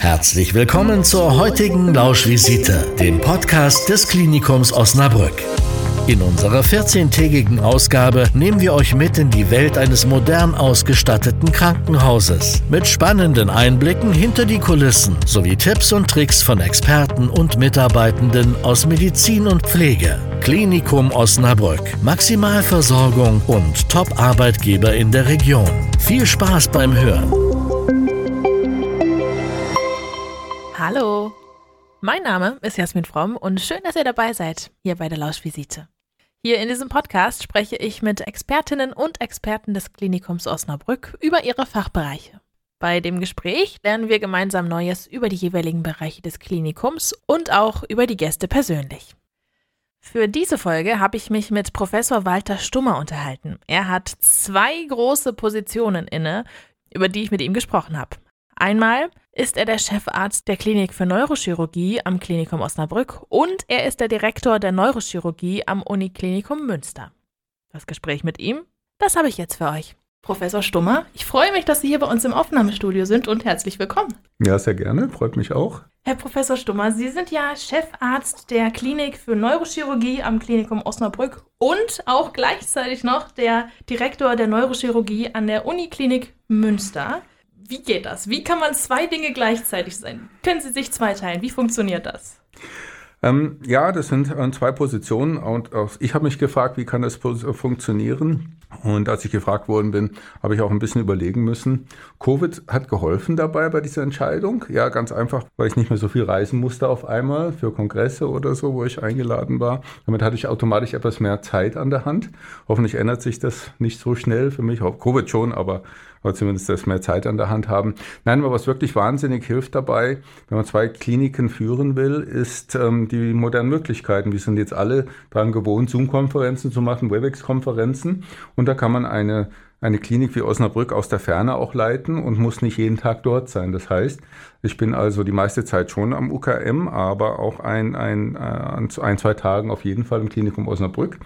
Herzlich willkommen zur heutigen Lauschvisite, dem Podcast des Klinikums Osnabrück. In unserer 14-tägigen Ausgabe nehmen wir euch mit in die Welt eines modern ausgestatteten Krankenhauses. Mit spannenden Einblicken hinter die Kulissen sowie Tipps und Tricks von Experten und Mitarbeitenden aus Medizin und Pflege. Klinikum Osnabrück. Maximalversorgung und Top-Arbeitgeber in der Region. Viel Spaß beim Hören. Hallo, mein Name ist Jasmin Fromm und schön, dass ihr dabei seid, hier bei der Lauschvisite. Hier in diesem Podcast spreche ich mit Expertinnen und Experten des Klinikums Osnabrück über ihre Fachbereiche. Bei dem Gespräch lernen wir gemeinsam Neues über die jeweiligen Bereiche des Klinikums und auch über die Gäste persönlich. Für diese Folge habe ich mich mit Professor Walter Stummer unterhalten. Er hat 2 große Positionen inne, über die ich mit ihm gesprochen habe. Einmal ist er der Chefarzt der Klinik für Neurochirurgie am Klinikum Osnabrück und er ist der Direktor der Neurochirurgie am Uniklinikum Münster. Das Gespräch mit ihm, das habe ich jetzt für euch. Professor Stummer, ich freue mich, dass Sie hier bei uns im Aufnahmestudio sind und herzlich willkommen. Ja, sehr gerne, freut mich auch. Herr Professor Stummer, Sie sind ja Chefarzt der Klinik für Neurochirurgie am Klinikum Osnabrück und auch gleichzeitig noch der Direktor der Neurochirurgie an der Uniklinik Münster. Wie geht das? Wie kann man 2 Dinge gleichzeitig sein? Können Sie sich zweiteilen? Wie funktioniert das? Ja, das sind 2 Positionen und ich habe mich gefragt, wie kann das funktionieren? Und als ich gefragt worden bin, habe ich auch ein bisschen überlegen müssen. Covid hat geholfen dabei bei dieser Entscheidung. Ja, ganz einfach, weil ich nicht mehr so viel reisen musste auf einmal für Kongresse oder so, wo ich eingeladen war. Damit hatte ich automatisch etwas mehr Zeit an der Hand. Hoffentlich ändert sich das nicht so schnell für mich. Auf Covid schon, aber zumindest das mehr Zeit an der Hand haben. Nein, aber was wirklich wahnsinnig hilft dabei, wenn man 2 Kliniken führen will, ist die modernen Möglichkeiten. Wir sind jetzt alle daran gewohnt, Zoom-Konferenzen zu machen, Webex-Konferenzen. Und da kann man eine Klinik wie Osnabrück aus der Ferne auch leiten und muss nicht jeden Tag dort sein. Das heißt, ich bin also die meiste Zeit schon am UKM, aber auch an 2 Tagen auf jeden Fall im Klinikum Osnabrück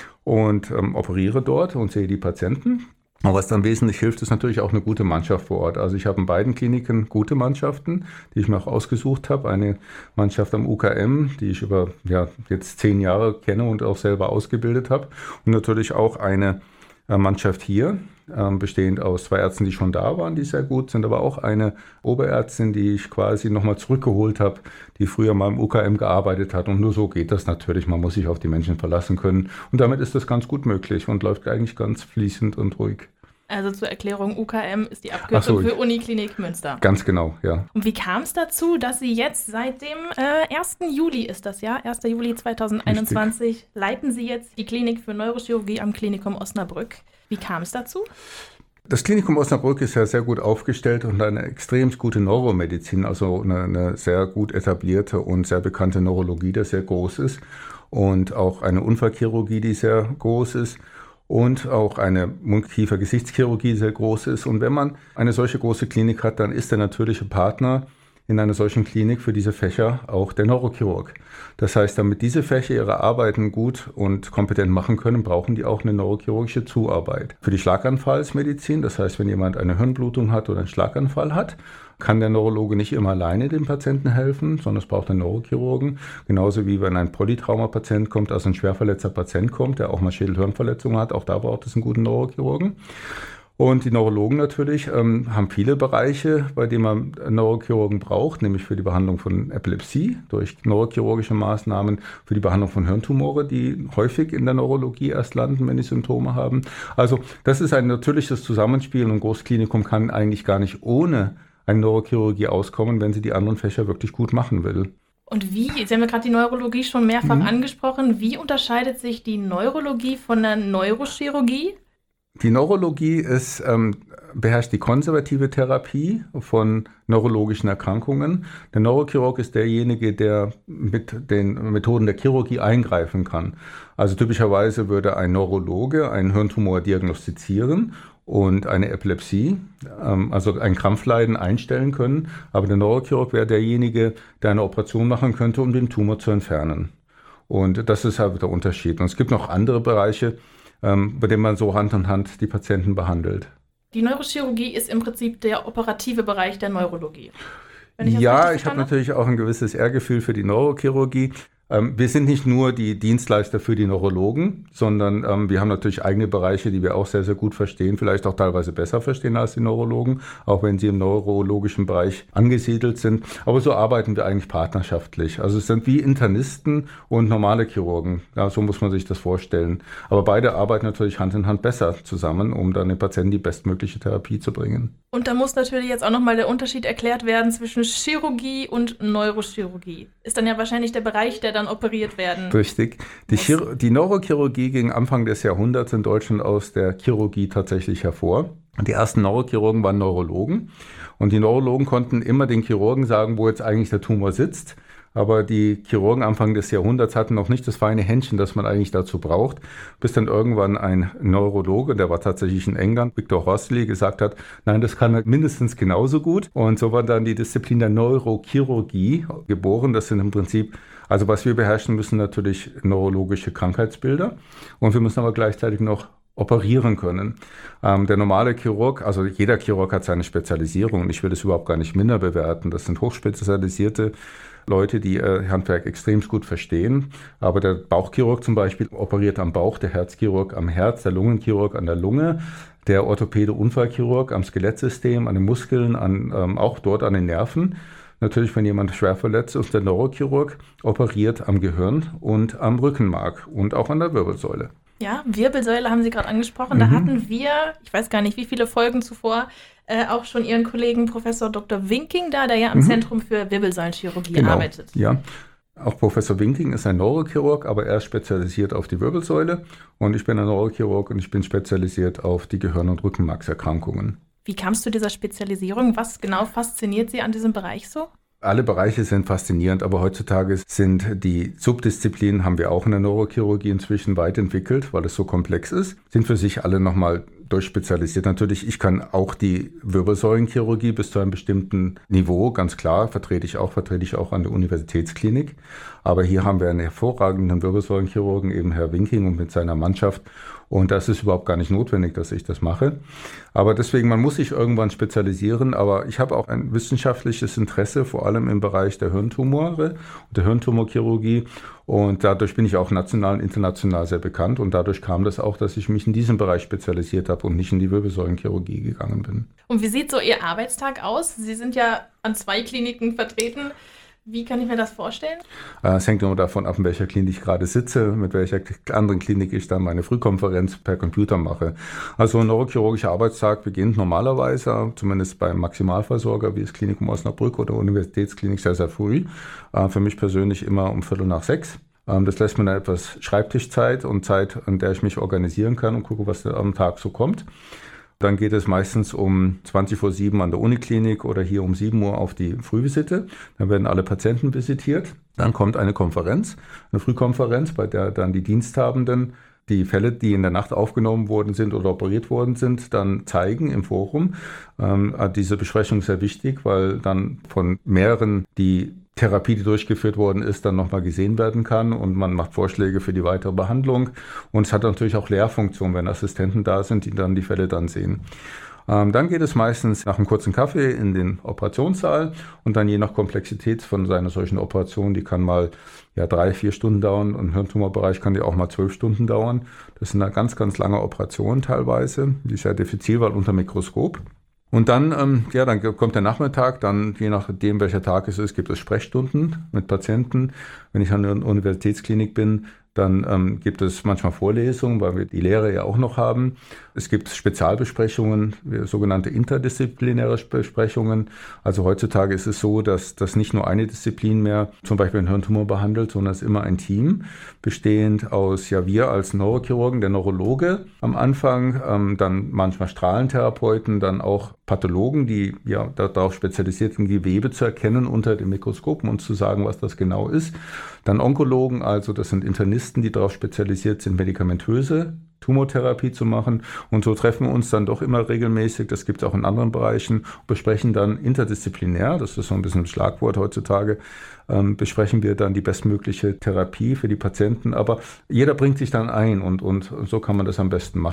und operiere dort und sehe die Patienten. Aber was dann wesentlich hilft, ist natürlich auch eine gute Mannschaft vor Ort. Also ich habe in beiden Kliniken gute Mannschaften, die ich mir auch ausgesucht habe. Eine Mannschaft am UKM, die ich über jetzt 10 Jahre kenne und auch selber ausgebildet habe. Und natürlich auch eine Mannschaft hier, bestehend aus 2 Ärzten, die schon da waren, die sehr gut sind, aber auch eine Oberärztin, die ich quasi nochmal zurückgeholt habe, die früher mal im UKM gearbeitet hat. Und nur so geht das natürlich. Man muss sich auf die Menschen verlassen können. Und damit ist das ganz gut möglich und läuft eigentlich ganz fließend und ruhig. Also zur Erklärung, UKM ist die Abkürzung für Uniklinik Münster. Ganz genau, ja. Und wie kam es dazu, dass Sie jetzt seit dem 1. Juli ist das ja, 1. Juli 2021, Richtig. Leiten Sie jetzt die Klinik für Neurochirurgie am Klinikum Osnabrück. Wie kam es dazu? Das Klinikum Osnabrück ist ja sehr gut aufgestellt und eine extrem gute Neuromedizin, also eine sehr gut etablierte und sehr bekannte Neurologie, die sehr groß ist und auch eine Unfallchirurgie, die sehr groß ist. Und auch eine Mund-Kiefer-Gesichtschirurgie sehr groß ist. Und wenn man eine solche große Klinik hat, dann ist der natürliche Partner in einer solchen Klinik für diese Fächer auch der Neurochirurg. Das heißt, damit diese Fächer ihre Arbeiten gut und kompetent machen können, brauchen die auch eine neurochirurgische Zuarbeit. Für die Schlaganfallsmedizin, das heißt, wenn jemand eine Hirnblutung hat oder einen Schlaganfall hat, kann der Neurologe nicht immer alleine dem Patienten helfen, sondern es braucht einen Neurochirurgen. Genauso wie wenn ein Polytrauma-Patient kommt, also ein schwerverletzter Patient kommt, der auch mal Schädel-Hirnverletzungen hat, auch da braucht es einen guten Neurochirurgen. Und die Neurologen natürlich haben viele Bereiche, bei denen man Neurochirurgen braucht, nämlich für die Behandlung von Epilepsie durch neurochirurgische Maßnahmen, für die Behandlung von Hirntumore, die häufig in der Neurologie erst landen, wenn die Symptome haben. Also das ist ein natürliches Zusammenspiel und ein Großklinikum kann eigentlich gar nicht ohne eine Neurochirurgie auskommen, wenn sie die anderen Fächer wirklich gut machen will. Und Sie haben ja gerade die Neurologie schon mehrfach angesprochen. Wie unterscheidet sich die Neurologie von der Neurochirurgie? Die Neurologie beherrscht die konservative Therapie von neurologischen Erkrankungen. Der Neurochirurg ist derjenige, der mit den Methoden der Chirurgie eingreifen kann. Also typischerweise würde ein Neurologe einen Hirntumor diagnostizieren und eine Epilepsie, also ein Krampfleiden einstellen können. Aber der Neurochirurg wäre derjenige, der eine Operation machen könnte, um den Tumor zu entfernen. Und das ist halt der Unterschied. Und es gibt noch andere Bereiche, bei denen man so Hand in Hand die Patienten behandelt. Die Neurochirurgie ist im Prinzip der operative Bereich der Neurologie. Ja, ich habe natürlich auch ein gewisses Ehrgefühl für die Neurochirurgie. Wir sind nicht nur die Dienstleister für die Neurologen, sondern wir haben natürlich eigene Bereiche, die wir auch sehr, sehr gut verstehen, vielleicht auch teilweise besser verstehen als die Neurologen, auch wenn sie im neurologischen Bereich angesiedelt sind. Aber so arbeiten wir eigentlich partnerschaftlich. Also es sind wie Internisten und normale Chirurgen. Ja, so muss man sich das vorstellen. Aber beide arbeiten natürlich Hand in Hand besser zusammen, um dann den Patienten die bestmögliche Therapie zu bringen. Und da muss natürlich jetzt auch nochmal der Unterschied erklärt werden zwischen Chirurgie und Neurochirurgie. Ist dann ja wahrscheinlich der Bereich, der dann operiert werden. Richtig. Die Neurochirurgie ging Anfang des Jahrhunderts in Deutschland aus der Chirurgie tatsächlich hervor. Die ersten Neurochirurgen waren Neurologen. Und die Neurologen konnten immer den Chirurgen sagen, wo jetzt eigentlich der Tumor sitzt. Aber die Chirurgen Anfang des Jahrhunderts hatten noch nicht das feine Händchen, das man eigentlich dazu braucht, bis dann irgendwann ein Neurologe, der war tatsächlich in England, Victor Horsley, gesagt hat, nein, das kann er mindestens genauso gut. Und so war dann die Disziplin der Neurochirurgie geboren. Das sind im Prinzip, also was wir beherrschen müssen, natürlich neurologische Krankheitsbilder. Und wir müssen aber gleichzeitig noch operieren können. Der normale Chirurg, also jeder Chirurg hat seine Spezialisierung und ich will das überhaupt gar nicht minder bewerten. Das sind hochspezialisierte Leute, die Handwerk extrem gut verstehen. Aber der Bauchchirurg zum Beispiel operiert am Bauch, der Herzchirurg am Herz, der Lungenchirurg an der Lunge, der Orthopäde-Unfallchirurg am Skelettsystem, an den Muskeln, auch dort an den Nerven. Natürlich, wenn jemand schwer verletzt ist, der Neurochirurg operiert am Gehirn und am Rückenmark und auch an der Wirbelsäule. Ja, Wirbelsäule haben Sie gerade angesprochen. Da hatten wir, ich weiß gar nicht, wie viele Folgen zuvor, auch schon Ihren Kollegen Professor Dr. Winking da, der ja am Zentrum für Wirbelsäulenchirurgie arbeitet. Ja, auch Professor Winking ist ein Neurochirurg, aber er ist spezialisiert auf die Wirbelsäule und ich bin ein Neurochirurg und ich bin spezialisiert auf die Gehirn- und Rückenmarkserkrankungen. Wie kamst du dieser Spezialisierung? Was genau fasziniert Sie an diesem Bereich so? Alle Bereiche sind faszinierend, aber heutzutage sind die Subdisziplinen, haben wir auch in der Neurochirurgie inzwischen weit entwickelt, weil es so komplex ist, sind für sich alle nochmal durchspezialisiert. Natürlich, ich kann auch die Wirbelsäulenchirurgie bis zu einem bestimmten Niveau, ganz klar, vertrete ich auch an der Universitätsklinik. Aber hier haben wir einen hervorragenden Wirbelsäulenchirurgen, eben Herr Winking und mit seiner Mannschaft. Und das ist überhaupt gar nicht notwendig, dass ich das mache. Aber deswegen, man muss sich irgendwann spezialisieren. Aber ich habe auch ein wissenschaftliches Interesse, vor allem im Bereich der Hirntumore und der Hirntumorchirurgie. Und dadurch bin ich auch national und international sehr bekannt. Und dadurch kam das auch, dass ich mich in diesem Bereich spezialisiert habe und nicht in die Wirbelsäulenchirurgie gegangen bin. Und wie sieht so Ihr Arbeitstag aus? Sie sind ja an 2 Kliniken vertreten. Wie kann ich mir das vorstellen? Es hängt immer davon ab, in welcher Klinik ich gerade sitze, mit welcher anderen Klinik ich dann meine Frühkonferenz per Computer mache. Also ein neurochirurgischer Arbeitstag beginnt normalerweise, zumindest beim Maximalversorger wie das Klinikum Osnabrück oder Universitätsklinik, sehr, sehr früh. Für mich persönlich immer um 5:45. Das lässt mir dann etwas Schreibtischzeit und Zeit, in der ich mich organisieren kann und gucke, was am Tag so kommt. Dann geht es meistens um 20:07 an der Uniklinik oder hier um 7 Uhr auf die Frühvisite. Dann werden alle Patienten visitiert. Dann kommt eine Konferenz, eine Frühkonferenz, bei der dann die Diensthabenden die Fälle, die in der Nacht aufgenommen worden sind oder operiert worden sind, dann zeigen im Forum. Diese Besprechung ist sehr wichtig, weil dann von mehreren die Therapie, die durchgeführt worden ist, dann nochmal gesehen werden kann und man macht Vorschläge für die weitere Behandlung. Und es hat natürlich auch Lehrfunktion, wenn Assistenten da sind, die dann die Fälle dann sehen. Dann geht es meistens nach einem kurzen Kaffee in den Operationssaal und dann je nach Komplexität von einer solchen Operation, die kann mal 3-4 Stunden dauern und im Hirntumorbereich kann die auch mal 12 Stunden dauern. Das sind eine ganz, ganz lange Operationen teilweise, die ist sehr diffizil, weil unter Mikroskop. Und dann, dann kommt der Nachmittag, dann je nachdem, welcher Tag es ist, gibt es Sprechstunden mit Patienten. Wenn ich an der Universitätsklinik bin, dann gibt es manchmal Vorlesungen, weil wir die Lehre ja auch noch haben. Es gibt Spezialbesprechungen, sogenannte interdisziplinäre Besprechungen. Also heutzutage ist es so, dass das nicht nur eine Disziplin mehr zum Beispiel einen Hirntumor behandelt, sondern es ist immer ein Team, bestehend aus, wir als Neurochirurgen, der Neurologe am Anfang, dann manchmal Strahlentherapeuten, dann auch Pathologen, die darauf spezialisiert sind, Gewebe zu erkennen unter den Mikroskopen und zu sagen, was das genau ist. Dann Onkologen, also das sind Internisten, die darauf spezialisiert sind, medikamentöse Tumortherapie zu machen. Und so treffen wir uns dann doch immer regelmäßig, das gibt es auch in anderen Bereichen, besprechen dann interdisziplinär, das ist so ein bisschen ein Schlagwort heutzutage, besprechen wir dann die bestmögliche Therapie für die Patienten. Aber jeder bringt sich dann ein und so kann man das am besten machen.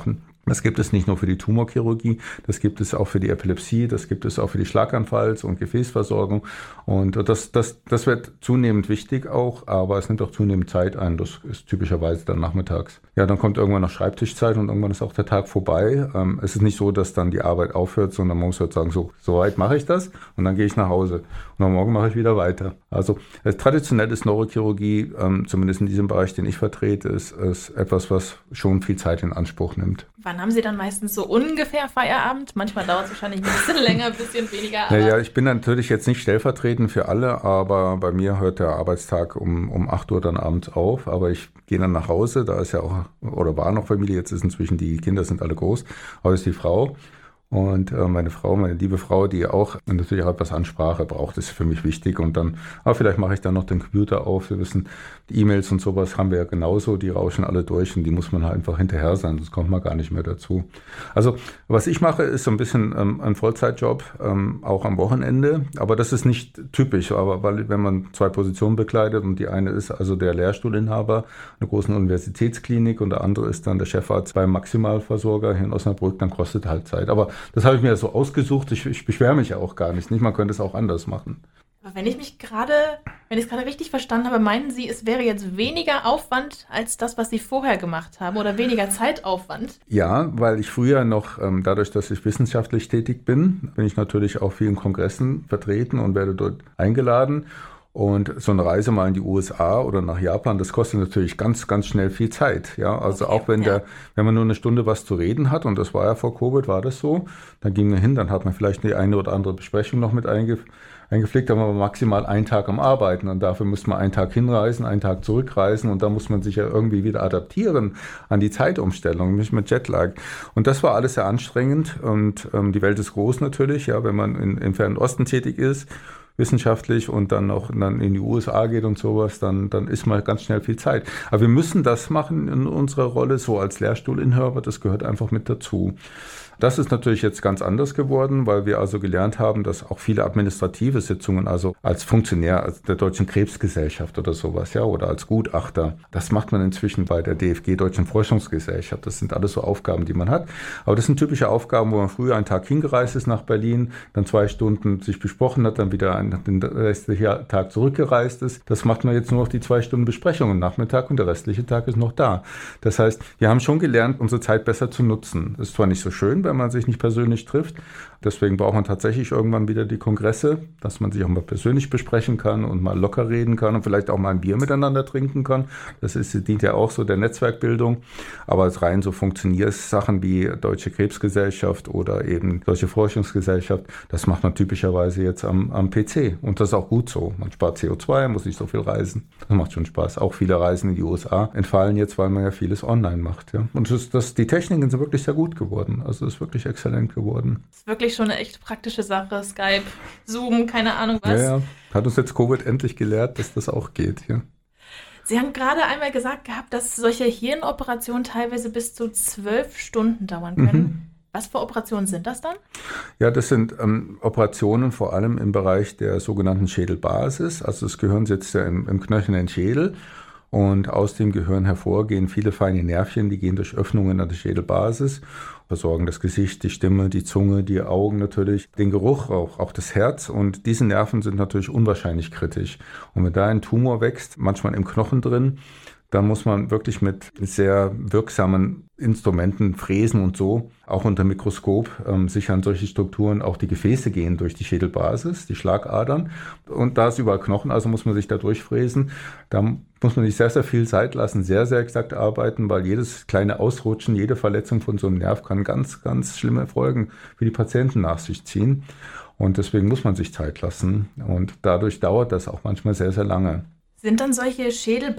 Das gibt es nicht nur für die Tumorchirurgie, das gibt es auch für die Epilepsie, das gibt es auch für die Schlaganfalls- und Gefäßversorgung. Und das wird zunehmend wichtig auch, aber es nimmt auch zunehmend Zeit ein. Das ist typischerweise dann nachmittags. Ja, dann kommt irgendwann noch Schreibtischzeit und irgendwann ist auch der Tag vorbei. Es ist nicht so, dass dann die Arbeit aufhört, sondern man muss halt sagen, so weit mache ich das und dann gehe ich nach Hause. Und am Morgen mache ich wieder weiter. Also traditionell ist Neurochirurgie, zumindest in diesem Bereich, den ich vertrete, ist etwas, was schon viel Zeit in Anspruch nimmt. Wann haben Sie dann meistens so ungefähr Feierabend? Manchmal dauert es wahrscheinlich ein bisschen länger, ein bisschen weniger. Naja, ich bin natürlich jetzt nicht stellvertretend für alle, aber bei mir hört der Arbeitstag um 8 Uhr dann abends auf. Aber ich gehe dann nach Hause, da ist ja auch, oder war noch Familie, jetzt ist inzwischen die Kinder sind alle groß, aber ist die Frau. Und meine liebe Frau, die auch natürlich auch etwas Ansprache braucht, ist für mich wichtig. Und dann, vielleicht mache ich dann noch den Computer auf. Wir wissen, die E-Mails und sowas haben wir ja genauso, die rauschen alle durch und die muss man halt einfach hinterher sein, sonst kommt man gar nicht mehr dazu. Also was ich mache, ist so ein bisschen ein Vollzeitjob, auch am Wochenende. Aber das ist nicht typisch, aber weil wenn man 2 Positionen bekleidet und die eine ist also der Lehrstuhlinhaber einer großen Universitätsklinik und der andere ist dann der Chefarzt beim Maximalversorger hier in Osnabrück, dann kostet halt Zeit. Aber das habe ich mir so ausgesucht. Ich beschwere mich ja auch gar nicht. Man könnte es auch anders machen. Aber wenn ich es gerade richtig verstanden habe, meinen Sie, es wäre jetzt weniger Aufwand als das, was Sie vorher gemacht haben oder weniger Zeitaufwand? Ja, weil ich früher noch, dadurch, dass ich wissenschaftlich tätig bin ich natürlich auf vielen Kongressen vertreten und werde dort eingeladen. Und so eine Reise mal in die USA oder nach Japan, das kostet natürlich ganz, ganz schnell viel Zeit. Ja, also okay, auch wenn man nur eine Stunde was zu reden hat, und das war ja vor Covid, war das so, dann ging man hin, dann hat man vielleicht die eine oder andere Besprechung noch mit eingepflegt, dann war man maximal einen Tag am Arbeiten und dafür muss man einen Tag hinreisen, einen Tag zurückreisen und da muss man sich ja irgendwie wieder adaptieren an die Zeitumstellung, nicht mit Jetlag. Und das war alles sehr anstrengend und die Welt ist groß natürlich, ja, wenn man im Fernen Osten tätig ist, wissenschaftlich und dann in die USA geht und sowas, dann ist mal ganz schnell viel Zeit. Aber wir müssen das machen in unserer Rolle, so als Lehrstuhlinhaber, das gehört einfach mit dazu. Das ist natürlich jetzt ganz anders geworden, weil wir also gelernt haben, dass auch viele administrative Sitzungen, also als Funktionär der Deutschen Krebsgesellschaft oder sowas, ja, oder als Gutachter, das macht man inzwischen bei der DFG, Deutschen Forschungsgesellschaft. Das sind alles so Aufgaben, die man hat. Aber das sind typische Aufgaben, wo man früher einen Tag hingereist ist nach Berlin, dann 2 Stunden sich besprochen hat, dann wieder den restlichen Tag zurückgereist ist. Das macht man jetzt nur noch die 2 Stunden Besprechung am Nachmittag und der restliche Tag ist noch da. Das heißt, wir haben schon gelernt, unsere Zeit besser zu nutzen. Das ist zwar nicht so schön, wenn man sich nicht persönlich trifft. Deswegen braucht man tatsächlich irgendwann wieder die Kongresse, dass man sich auch mal persönlich besprechen kann und mal locker reden kann und vielleicht auch mal ein Bier miteinander trinken kann. Das dient ja auch so der Netzwerkbildung. Aber als rein so Funktioniersachen wie Deutsche Krebsgesellschaft oder eben Deutsche Forschungsgesellschaft, das macht man typischerweise jetzt am PC. Und das ist auch gut so. Man spart CO2, muss nicht so viel reisen. Das macht schon Spaß. Auch viele Reisen in die USA entfallen jetzt, weil man ja vieles online macht. Ja. Und die Techniken sind wirklich sehr gut geworden. Also es ist wirklich exzellent geworden. Das ist wirklich schon eine echt praktische Sache. Skype, Zoom, keine Ahnung was. Ja. Hat uns jetzt Covid endlich gelehrt, dass das auch geht. Ja. Sie haben gerade einmal gesagt gehabt, dass solche Hirnoperationen teilweise bis zu 12 Stunden dauern können. Mhm. Was für Operationen sind das dann? Ja, das sind Operationen vor allem im Bereich der sogenannten Schädelbasis. Also das Gehirn sitzt ja im knöchernen Schädel. Und aus dem Gehirn hervorgehen viele feine Nervchen, die gehen durch Öffnungen an der Schädelbasis, versorgen das Gesicht, die Stimme, die Zunge, die Augen natürlich, den Geruch, auch das Herz. Und diese Nerven sind natürlich unwahrscheinlich kritisch. Und wenn da ein Tumor wächst, manchmal im Knochen drin, dann muss man wirklich mit sehr wirksamen Instrumenten fräsen und so, auch unter Mikroskop, sich an solche Strukturen, auch die Gefäße gehen durch die Schädelbasis, die Schlagadern. Und da ist überall Knochen, also muss man sich da durchfräsen. Da muss man sich sehr, sehr viel Zeit lassen, sehr, sehr exakt arbeiten, weil jedes kleine Ausrutschen, jede Verletzung von so einem Nerv kann ganz, ganz schlimme Folgen für die Patienten nach sich ziehen. Und deswegen muss man sich Zeit lassen. Und dadurch dauert das auch manchmal sehr, sehr lange. Sind dann solche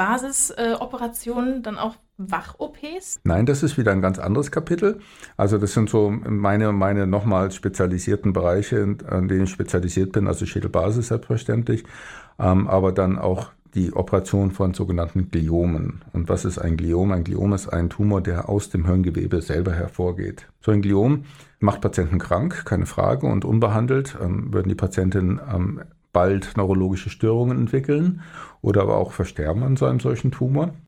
Schädelbasis-Operationen dann auch Wach-OPs? Nein, das ist wieder ein ganz anderes Kapitel. Also das sind so meine nochmal spezialisierten Bereiche, an denen ich spezialisiert bin, also Schädelbasis selbstverständlich, aber dann auch die Operation von sogenannten Gliomen. Und was ist ein Gliom? Ein Gliom ist ein Tumor, der aus dem Hirngewebe selber hervorgeht. So ein Gliom macht Patienten krank, keine Frage, und unbehandelt würden die Patientinnen bald neurologische Störungen entwickeln oder aber auch versterben an so einem solchen Tumor.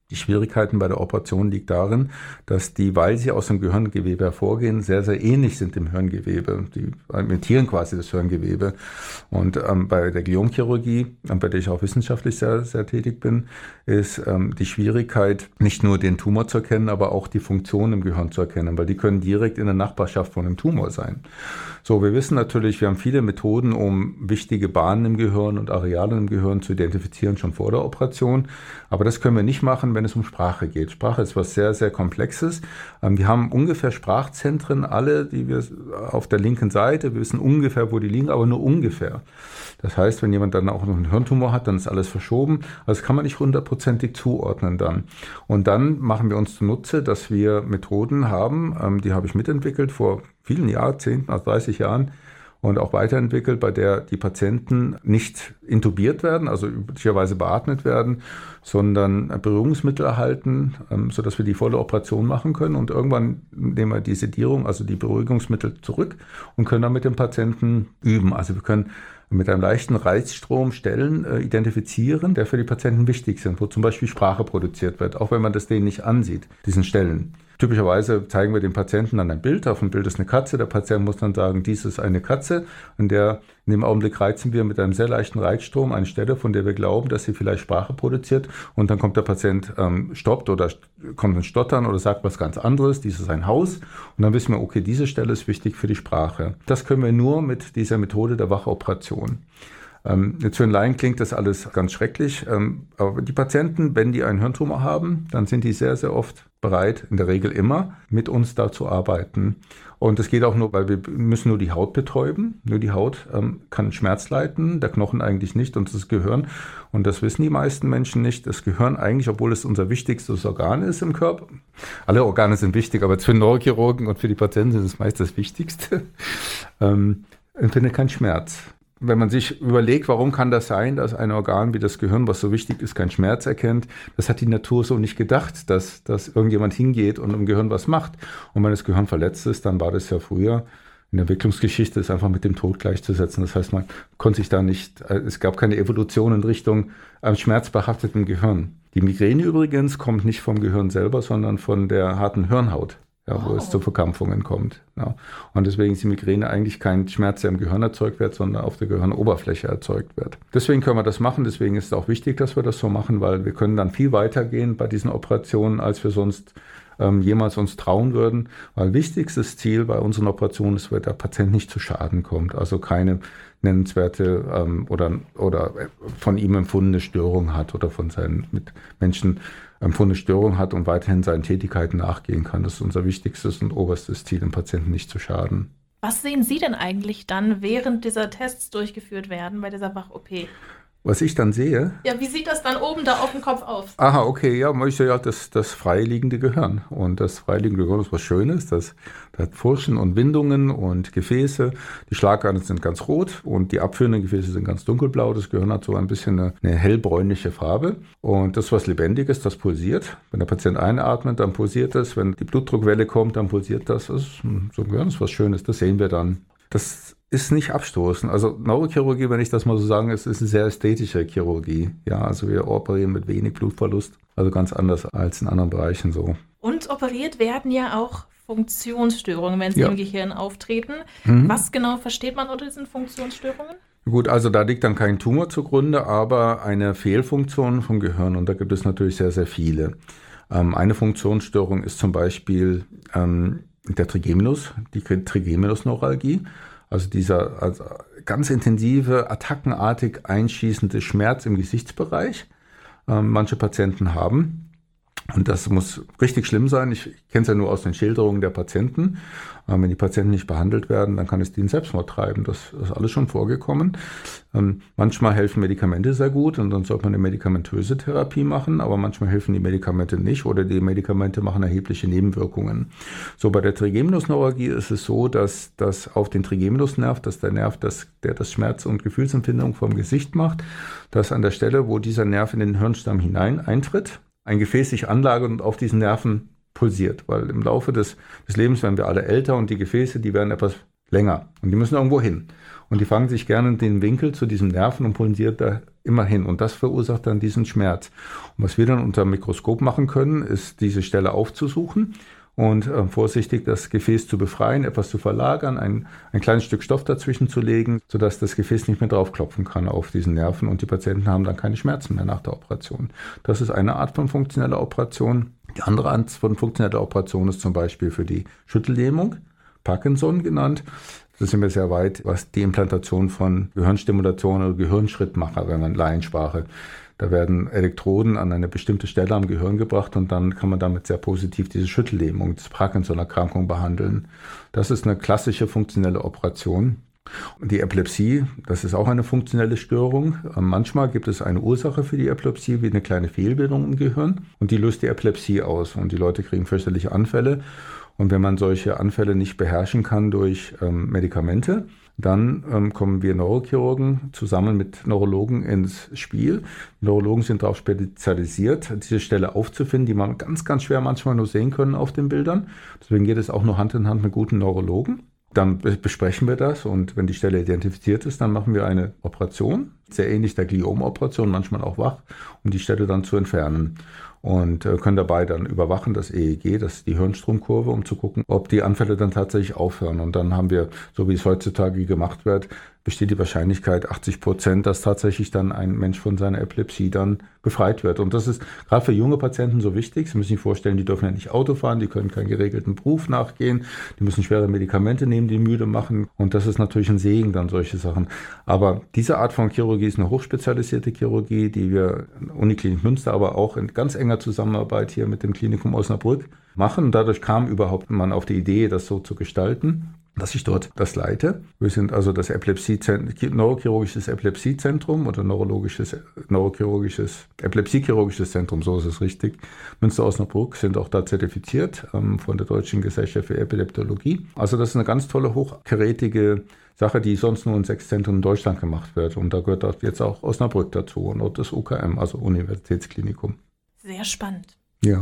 Die Schwierigkeiten bei der Operation liegt darin, dass die, weil sie aus dem Gehirngewebe hervorgehen, sehr, sehr ähnlich sind dem Hirngewebe. Die imitieren quasi das Hirngewebe. Und bei der Gliomchirurgie, bei der ich auch wissenschaftlich sehr, sehr tätig bin, ist die Schwierigkeit, nicht nur den Tumor zu erkennen, aber auch die Funktion im Gehirn zu erkennen, weil die können direkt in der Nachbarschaft von dem Tumor sein. So, wir wissen natürlich, wir haben viele Methoden, um wichtige Bahnen im Gehirn und Areale im Gehirn zu identifizieren, schon vor der Operation. Aber das können wir nicht machen, wenn es um Sprache geht. Sprache ist was sehr, sehr Komplexes. Wir haben ungefähr Sprachzentren, alle, die wir auf der linken Seite, wir wissen ungefähr, wo die liegen, aber nur ungefähr. Das heißt, wenn jemand dann auch noch einen Hirntumor hat, dann ist alles verschoben. Also das kann man nicht 100%ig zuordnen dann. Und dann machen wir uns zunutze, dass wir Methoden haben, die habe ich mitentwickelt vor vielen Jahren, 10, 30 Jahren, und auch weiterentwickelt, bei der die Patienten nicht intubiert werden, also üblicherweise beatmet werden, sondern Beruhigungsmittel erhalten, sodass wir die volle Operation machen können. Und irgendwann nehmen wir die Sedierung, also die Beruhigungsmittel zurück und können dann mit dem Patienten üben. Also wir können mit einem leichten Reizstrom Stellen identifizieren, der für die Patienten wichtig sind, wo zum Beispiel Sprache produziert wird, auch wenn man das denen nicht ansieht, diesen Stellen. Typischerweise zeigen wir dem Patienten dann ein Bild. Auf dem Bild ist eine Katze. Der Patient muss dann sagen, dies ist eine Katze. In dem Augenblick reizen wir mit einem sehr leichten Reizstrom eine Stelle, von der wir glauben, dass sie vielleicht Sprache produziert. Und dann kommt der Patient, stoppt oder kommt ins Stottern oder sagt was ganz anderes. Dies ist ein Haus. Und dann wissen wir, okay, diese Stelle ist wichtig für die Sprache. Das können wir nur mit dieser Methode der Wachoperation. Jetzt für einen Laien klingt das alles ganz schrecklich, aber die Patienten, wenn die einen Hirntumor haben, dann sind die sehr, sehr oft bereit, in der Regel immer, mit uns da zu arbeiten. Und das geht auch nur, weil wir müssen nur die Haut betäuben. Nur die Haut kann Schmerz leiten, der Knochen eigentlich nicht und das Gehirn. Und das wissen die meisten Menschen nicht. Das Gehirn eigentlich, obwohl es unser wichtigstes Organ ist im Körper. Alle Organe sind wichtig, aber für Neurochirurgen und für die Patienten ist es meist das Wichtigste. Empfindet keinen Schmerz. Wenn man sich überlegt, warum kann das sein, dass ein Organ wie das Gehirn, was so wichtig ist, keinen Schmerz erkennt, das hat die Natur so nicht gedacht, dass irgendjemand hingeht und im Gehirn was macht. Und wenn das Gehirn verletzt ist, dann war das ja früher in der Entwicklungsgeschichte, ist einfach mit dem Tod gleichzusetzen. Das heißt, man konnte sich da nicht, es gab keine Evolution in Richtung schmerzbehaftetem Gehirn. Die Migräne übrigens kommt nicht vom Gehirn selber, sondern von der harten Hirnhaut. Ja, wo es zu Verkrampfungen kommt. Ja. Und deswegen ist die Migräne eigentlich kein Schmerz, der im Gehirn erzeugt wird, sondern auf der Gehirnoberfläche erzeugt wird. Deswegen können wir das machen, deswegen ist es auch wichtig, dass wir das so machen, weil wir können dann viel weiter gehen bei diesen Operationen, als wir sonst jemals uns trauen würden. Weil wichtigstes Ziel bei unseren Operationen ist, dass der Patient nicht zu Schaden kommt, also keine nennenswerte oder von ihm empfundene Störung hat oder von seinen Mitmenschen empfundene Störung hat und weiterhin seinen Tätigkeiten nachgehen kann. Das ist unser wichtigstes und oberstes Ziel, dem Patienten nicht zu schaden. Was sehen Sie denn eigentlich dann, während dieser Tests durchgeführt werden bei dieser Wach-OP? Was ich dann sehe? Ja, wie sieht das dann oben da auf dem Kopf aus? Aha, okay, ja, man ist ja das freiliegende Gehirn. Und das freiliegende Gehirn ist was Schönes. Das hat Furchen und Windungen und Gefäße. Die Schlagadern sind ganz rot und die abführenden Gefäße sind ganz dunkelblau. Das Gehirn hat so ein bisschen eine hellbräunliche Farbe. Und das, was lebendig ist, das pulsiert. Wenn der Patient einatmet, dann pulsiert das. Wenn die Blutdruckwelle kommt, dann pulsiert das. So ein Gehirn ist was Schönes, das sehen wir dann. Das ist nicht abstoßend. Also Neurochirurgie, wenn ich das mal so sagen, ist eine sehr ästhetische Chirurgie. Ja, also wir operieren mit wenig Blutverlust, also ganz anders als in anderen Bereichen so. Und operiert werden ja auch Funktionsstörungen, wenn sie im Gehirn auftreten. Was genau versteht man unter diesen Funktionsstörungen? Gut, also da liegt dann kein Tumor zugrunde, aber eine Fehlfunktion vom Gehirn und da gibt es natürlich sehr, sehr viele. Eine Funktionsstörung ist zum Beispiel der Trigeminus, die Trigeminusneuralgie. Also dieser ganz intensive, attackenartig einschießende Schmerz im Gesichtsbereich. Manche Patienten haben. Und das muss richtig schlimm sein. Ich kenne es ja nur aus den Schilderungen der Patienten. Wenn die Patienten nicht behandelt werden, dann kann es die in Selbstmord treiben. Das ist alles schon vorgekommen. Manchmal helfen Medikamente sehr gut und dann sollte man eine medikamentöse Therapie machen, aber manchmal helfen die Medikamente nicht oder die Medikamente machen erhebliche Nebenwirkungen. So, bei der Trigeminusneuralgie ist es so, dass auf den Trigeminusnerv, dass der Nerv, der das Schmerz- und Gefühlsempfindung vom Gesicht macht, dass an der Stelle, wo dieser Nerv in den Hirnstamm hinein eintritt, ein Gefäß sich anlagert und auf diesen Nerven pulsiert, weil im Laufe des Lebens werden wir alle älter und die Gefäße, die werden etwas länger und die müssen irgendwo hin. Und die fangen sich gerne in den Winkel zu diesem Nerven und pulsieren da immer hin. Und das verursacht dann diesen Schmerz. Und was wir dann unter dem Mikroskop machen können, ist diese Stelle aufzusuchen und vorsichtig das Gefäß zu befreien, etwas zu verlagern, ein kleines Stück Stoff dazwischen zu legen, sodass das Gefäß nicht mehr draufklopfen kann auf diesen Nerven und die Patienten haben dann keine Schmerzen mehr nach der Operation. Das ist eine Art von funktioneller Operation. Die andere Art von funktioneller Operation ist zum Beispiel für die Schüttellähmung, Parkinson genannt. Da sind wir sehr weit, was die Implantation von Gehirnstimulation oder Gehirnschrittmacher, wenn man Laiensprache. Da werden Elektroden an eine bestimmte Stelle am Gehirn gebracht und dann kann man damit sehr positiv diese Schüttellähmung, die Parkinson-Erkrankung behandeln. Das ist eine klassische funktionelle Operation. Und die Epilepsie, das ist auch eine funktionelle Störung. Manchmal gibt es eine Ursache für die Epilepsie, wie eine kleine Fehlbildung im Gehirn. Und die löst die Epilepsie aus und die Leute kriegen fürchterliche Anfälle. Und wenn man solche Anfälle nicht beherrschen kann durch Medikamente, dann kommen wir Neurochirurgen zusammen mit Neurologen ins Spiel. Die Neurologen sind darauf spezialisiert, diese Stelle aufzufinden, die man ganz, ganz schwer manchmal nur sehen können auf den Bildern. Deswegen geht es auch nur Hand in Hand mit guten Neurologen. Dann besprechen wir das und wenn die Stelle identifiziert ist, dann machen wir eine Operation, sehr ähnlich der Gliom-Operation, manchmal auch wach, um die Stelle dann zu entfernen. Und können dabei dann überwachen, das EEG, das ist die Hirnstromkurve, um zu gucken, ob die Anfälle dann tatsächlich aufhören. Und dann haben wir, so wie es heutzutage gemacht wird, besteht die Wahrscheinlichkeit 80%, dass tatsächlich dann ein Mensch von seiner Epilepsie dann befreit wird. Und das ist gerade für junge Patienten so wichtig. Sie müssen sich vorstellen, die dürfen ja nicht Auto fahren, die können keinen geregelten Beruf nachgehen, die müssen schwere Medikamente nehmen, die müde machen. Und das ist natürlich ein Segen, dann solche Sachen. Aber diese Art von Chirurgie ist eine hochspezialisierte Chirurgie, die wir Uniklinik Münster, aber auch in ganz enger Zusammenarbeit hier mit dem Klinikum Osnabrück machen. Und dadurch kam überhaupt man auf die Idee, das so zu gestalten, dass ich dort das leite. Wir sind also das neurochirurgisches Epilepsiezentrum oder neurochirurgisches Epilepsiechirurgisches Zentrum, so ist es richtig. Münster-Osnabrück sind auch da zertifiziert von der Deutschen Gesellschaft für Epileptologie. Also das ist eine ganz tolle, hochkarätige Sache, die sonst nur in 6 Zentren in Deutschland gemacht wird. Und da gehört jetzt auch Osnabrück dazu und auch das UKM, also Universitätsklinikum. Sehr spannend. Ja.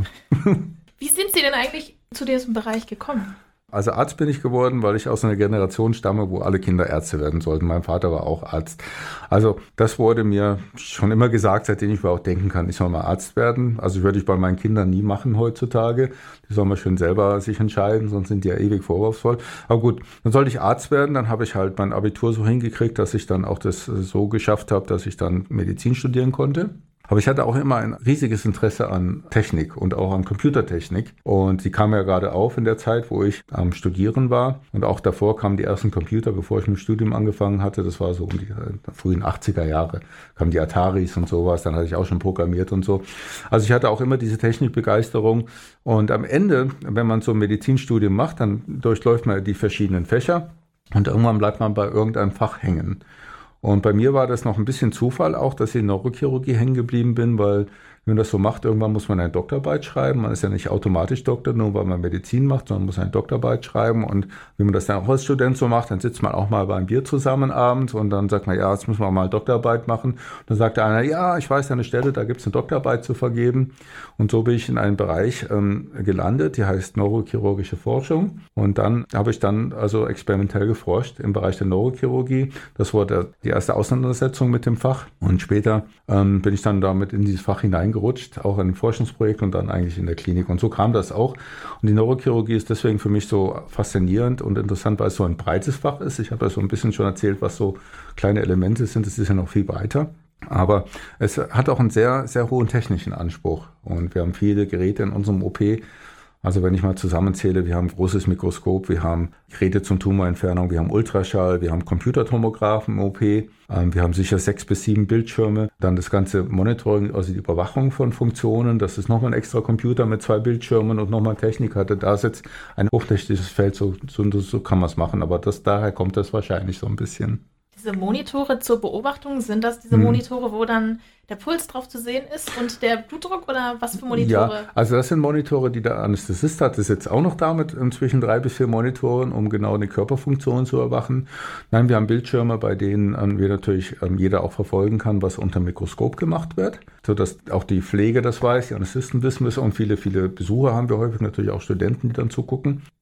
Wie sind Sie denn eigentlich zu diesem Bereich gekommen? Also Arzt bin ich geworden, weil ich aus einer Generation stamme, wo alle Kinder Ärzte werden sollten. Mein Vater war auch Arzt. Also das wurde mir schon immer gesagt, seitdem ich überhaupt denken kann, ich soll mal Arzt werden. Also würde ich bei meinen Kindern nie machen heutzutage. Die sollen mal schön selber sich entscheiden, sonst sind die ja ewig vorwurfsvoll. Aber gut, dann sollte ich Arzt werden. Dann habe ich halt mein Abitur so hingekriegt, dass ich dann auch das so geschafft habe, dass ich dann Medizin studieren konnte. Aber ich hatte auch immer ein riesiges Interesse an Technik und auch an Computertechnik. Und die kam ja gerade auf in der Zeit, wo ich am Studieren war. Und auch davor kamen die ersten Computer, bevor ich mit dem Studium angefangen hatte. Das war so um die frühen 80er Jahre. Kamen die Ataris und sowas. Dann hatte ich auch schon programmiert und so. Also ich hatte auch immer diese Technikbegeisterung. Und am Ende, wenn man so ein Medizinstudium macht, dann durchläuft man die verschiedenen Fächer. Und irgendwann bleibt man bei irgendeinem Fach hängen. Und bei mir war das noch ein bisschen Zufall auch, dass ich in Neurochirurgie hängen geblieben bin, weil wenn man das so macht, irgendwann muss man eine Doktorarbeit schreiben. Man ist ja nicht automatisch Doktor, nur weil man Medizin macht, sondern muss eine Doktorarbeit schreiben. Und wenn man das dann auch als Student so macht, dann sitzt man auch mal beim Bier zusammen abends und dann sagt man, ja, jetzt müssen wir mal Doktorarbeit machen. Und dann sagt der einer, ja, ich weiß ja eine Stelle, da gibt es eine Doktorarbeit zu vergeben. Und so bin ich in einem Bereich gelandet, die heißt neurochirurgische Forschung. Und dann habe ich dann also experimentell geforscht im Bereich der Neurochirurgie. Das war die erste Auseinandersetzung mit dem Fach. Und später bin ich dann damit in dieses Fach hineingerutscht, auch in einem Forschungsprojekt und dann eigentlich in der Klinik. Und so kam das auch. Und die Neurochirurgie ist deswegen für mich so faszinierend und interessant, weil es so ein breites Fach ist. Ich habe ja so ein bisschen schon erzählt, was so kleine Elemente sind. Es ist ja noch viel breiter. Aber es hat auch einen sehr, sehr hohen technischen Anspruch. Und wir haben viele Geräte in unserem OP. Also wenn ich mal zusammenzähle, wir haben ein großes Mikroskop, wir haben Geräte zum Tumorentfernung, wir haben Ultraschall, wir haben Computertomographen im OP, wir haben sicher 6 bis 7 Bildschirme, dann das ganze Monitoring, also die Überwachung von Funktionen, das ist nochmal ein extra Computer mit 2 Bildschirmen und nochmal Technik hatte, da sitzt ein hochtechnisches Feld, so kann man es machen, aber daher kommt das wahrscheinlich so ein bisschen. Diese Monitore zur Beobachtung, sind das diese Monitore, wo dann der Puls drauf zu sehen ist und der Blutdruck oder was für Monitore? Ja, also das sind Monitore, die der Anästhesist hat. Das ist jetzt auch noch damit inzwischen 3 bis 4 Monitoren, um genau eine Körperfunktion zu überwachen. Nein, wir haben Bildschirme, bei denen wir natürlich jeder auch verfolgen kann, was unter dem Mikroskop gemacht wird, sodass auch die Pflege das weiß, die Anästhesisten wissen es und viele, viele Besucher haben wir häufig, natürlich auch Studenten, die dann zugucken.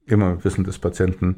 immer im Wissen des Patienten.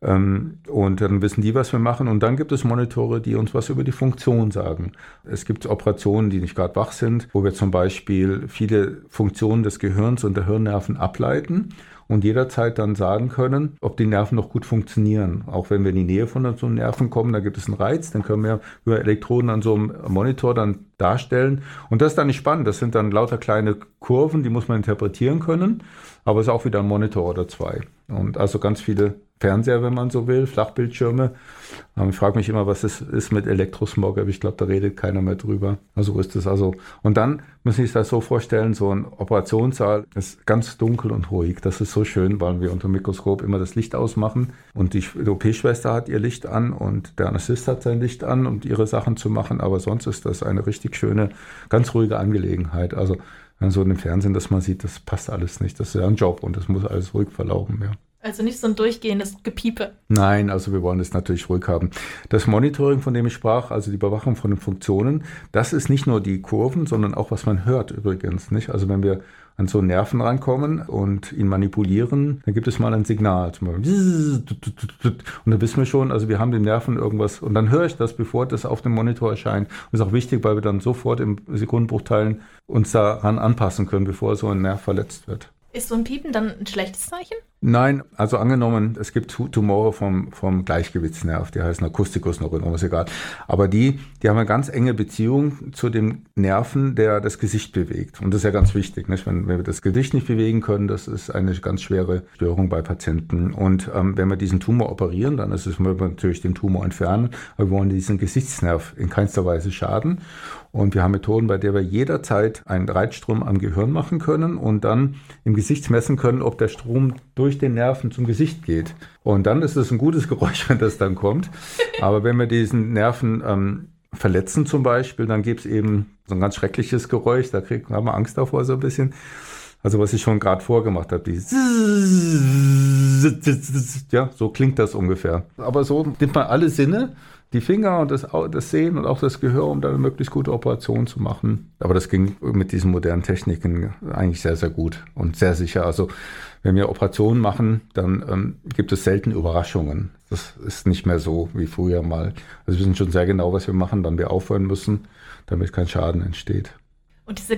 Und dann wissen die, was wir machen. Und dann gibt es Monitore, die uns was über die Funktion sagen. Es gibt Operationen, die nicht gerade wach sind, wo wir zum Beispiel viele Funktionen des Gehirns und der Hirnnerven ableiten und jederzeit dann sagen können, ob die Nerven noch gut funktionieren. Auch wenn wir in die Nähe von so einem Nerven kommen, da gibt es einen Reiz, dann können wir über Elektroden an so einem Monitor dann darstellen. Und das ist dann nicht spannend. Das sind dann lauter kleine Kurven, die muss man interpretieren können. Aber es ist auch wieder ein Monitor oder zwei. Und also ganz viele Fernseher, wenn man so will, Flachbildschirme. Ich frage mich immer, was es ist mit Elektrosmog, aber ich glaube, da redet keiner mehr drüber. Also ist es also. Und dann muss ich das so vorstellen, so ein Operationssaal ist ganz dunkel und ruhig. Das ist so schön, weil wir unter dem Mikroskop immer das Licht ausmachen und die OP-Schwester hat ihr Licht an und der Anästhesist hat sein Licht an, um ihre Sachen zu machen. Aber sonst ist das eine richtig schöne, ganz ruhige Angelegenheit. Also wenn so im Fernsehen, dass man sieht, das passt alles nicht. Das ist ja ein Job und das muss alles ruhig verlaufen, ja. Also nicht so ein durchgehendes Gepiepe. Nein, also wir wollen es natürlich ruhig haben. Das Monitoring, von dem ich sprach, also die Überwachung von den Funktionen, das ist nicht nur die Kurven, sondern auch, was man hört übrigens, nicht? Also wenn wir an so Nerven rankommen und ihn manipulieren, dann gibt es mal ein Signal. Zum Beispiel. Und dann wissen wir schon, also wir haben den Nerven irgendwas, und dann höre ich das, bevor das auf dem Monitor erscheint. Und das ist auch wichtig, weil wir dann sofort im Sekundenbruchteilen uns daran anpassen können, bevor so ein Nerv verletzt wird. Ist so ein Piepen dann ein schlechtes Zeichen? Nein, also angenommen, es gibt Tumore vom Gleichgewichtsnerv, die heißen Acusticus Neuronom, ist egal. Aber die haben eine ganz enge Beziehung zu dem Nerven, der das Gesicht bewegt. Und das ist ja ganz wichtig, nicht? Wenn wir das Gesicht nicht bewegen können, das ist eine ganz schwere Störung bei Patienten. Und wenn wir diesen Tumor operieren, dann ist es, wir natürlich den Tumor entfernen, aber wir wollen diesen Gesichtsnerv in keinster Weise schaden. Und wir haben Methoden, bei der wir jederzeit einen Reizstrom am Gehirn machen können und dann im Gesicht messen können, ob der Strom durch den Nerven zum Gesicht geht. Und dann ist es ein gutes Geräusch, wenn das dann kommt. Aber wenn wir diesen Nerven verletzen zum Beispiel, dann gibt es eben so ein ganz schreckliches Geräusch. Da haben wir Angst davor so ein bisschen. Also was ich schon gerade vorgemacht habe, ja, so klingt das ungefähr. Aber so nimmt man alle Sinne, die Finger und das Sehen und auch das Gehör, um dann eine möglichst gute Operation zu machen. Aber das ging mit diesen modernen Techniken eigentlich sehr, sehr gut und sehr sicher. Also wenn wir Operationen machen, dann gibt es selten Überraschungen. Das ist nicht mehr so wie früher mal. Also wir wissen schon sehr genau, was wir machen, wann wir aufhören müssen, damit kein Schaden entsteht. Und diese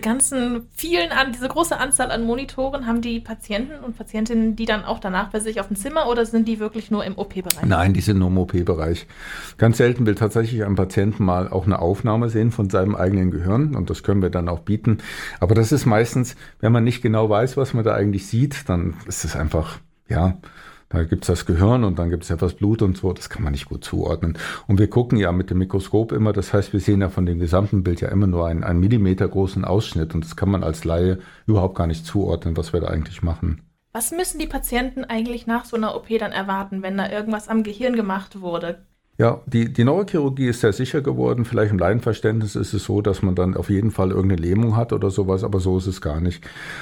diese große Anzahl an Monitoren, haben die Patienten und Patientinnen die dann auch danach bei sich auf dem Zimmer oder sind die wirklich nur im OP-Bereich? Nein, die sind nur im OP-Bereich. Ganz selten will tatsächlich ein Patient mal auch eine Aufnahme sehen von seinem eigenen Gehirn und das können wir dann auch bieten. Aber das ist meistens, wenn man nicht genau weiß, was man da eigentlich sieht, dann ist es einfach, ja, da gibt es das Gehirn und dann gibt es etwas Blut und so, das kann man nicht gut zuordnen. Und wir gucken ja mit dem Mikroskop immer, das heißt, wir sehen ja von dem gesamten Bild ja immer nur einen Millimeter großen Ausschnitt und das kann man als Laie überhaupt gar nicht zuordnen, was wir da eigentlich machen. Was müssen die Patienten eigentlich nach so einer OP dann erwarten, wenn da irgendwas am Gehirn gemacht wurde? Ja, die Neurochirurgie ist sehr sicher geworden. Vielleicht im Laienverständnis ist es so, dass man dann auf jeden Fall irgendeine Lähmung hat oder sowas, aber so ist es gar nicht.